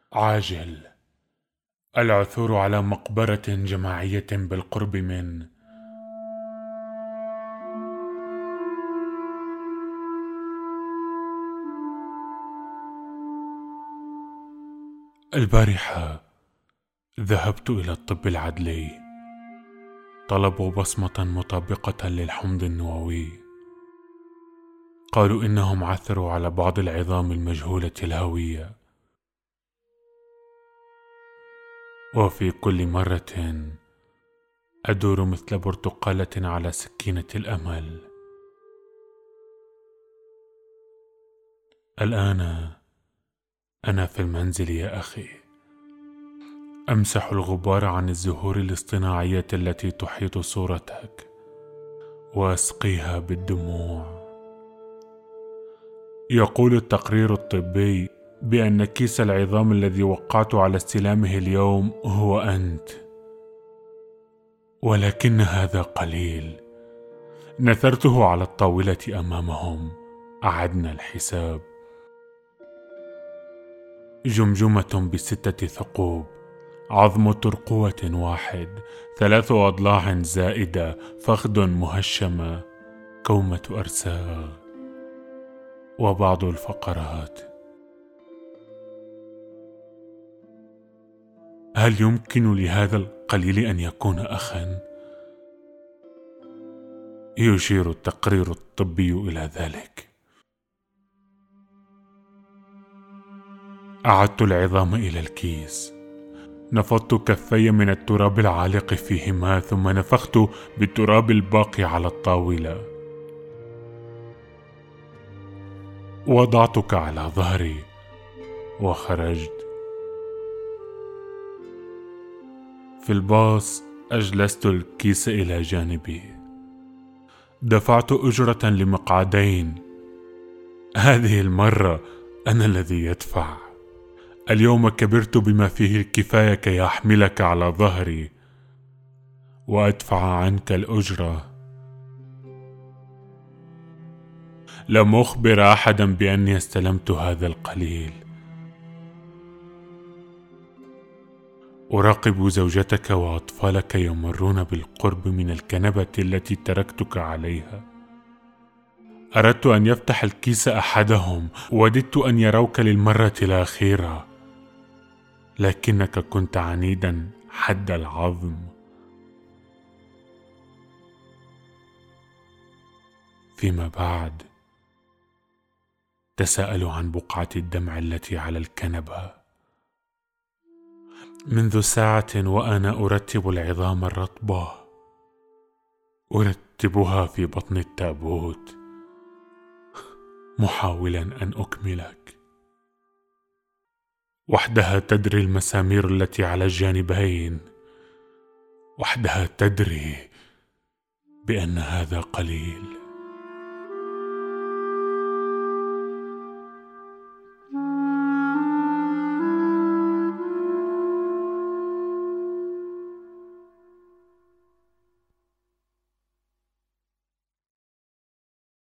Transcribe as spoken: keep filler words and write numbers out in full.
عاجل. العثور على مقبرة جماعية بالقرب من البارحة ذهبت إلى الطب العدلي. طلبوا بصمة مطابقة للحمض النووي. قالوا إنهم عثروا على بعض العظام المجهولة الهوية، وفي كل مرة أدور مثل برتقالة على سكينة الأمل. الآن أنا في المنزل يا أخي، أمسح الغبار عن الزهور الاصطناعية التي تحيط صورتك وأسقيها بالدموع. يقول التقرير الطبي بأن كيس العظام الذي وقعت على استلامه اليوم هو أنت، ولكن هذا قليل. نثرته على الطاولة أمامهم. أعدنا الحساب. جمجمة بستة ثقوب، عظم ترقوة واحد، ثلاث أضلاع زائدة، فخذ مهشمة، كومة أرساغ، وبعض الفقرات. هل يمكن لهذا القليل أن يكون أخا؟ يشير التقرير الطبي إلى ذلك. أعدت العظام إلى الكيس، نفضت كفي من التراب العالق فيهما، ثم نفخت بالتراب الباقي على الطاولة. وضعتك على ظهري وخرجت. في الباص أجلست الكيس إلى جانبي. دفعت أجرة لمقعدين. هذه المرة أنا الذي يدفع. اليوم كبرت بما فيه الكفاية كي أحملك على ظهري وأدفع عنك الأجرة. لم أخبر أحدا بأني استلمت هذا القليل. أراقب زوجتك وأطفالك يمرون بالقرب من الكنبة التي تركتك عليها. أردت أن يفتح الكيس أحدهم، وددت أن يروك للمرة الأخيرة، لكنك كنت عنيدا حد العظم. فيما بعد تساءلوا عن بقعة الدمع التي على الكنبة. منذ ساعة وأنا أرتب العظام الرطبة، أرتبها في بطن التابوت، محاولا أن أكملك. وحدها تدري المسامير التي على الجانبين، وحدها تدري بأن هذا قليل.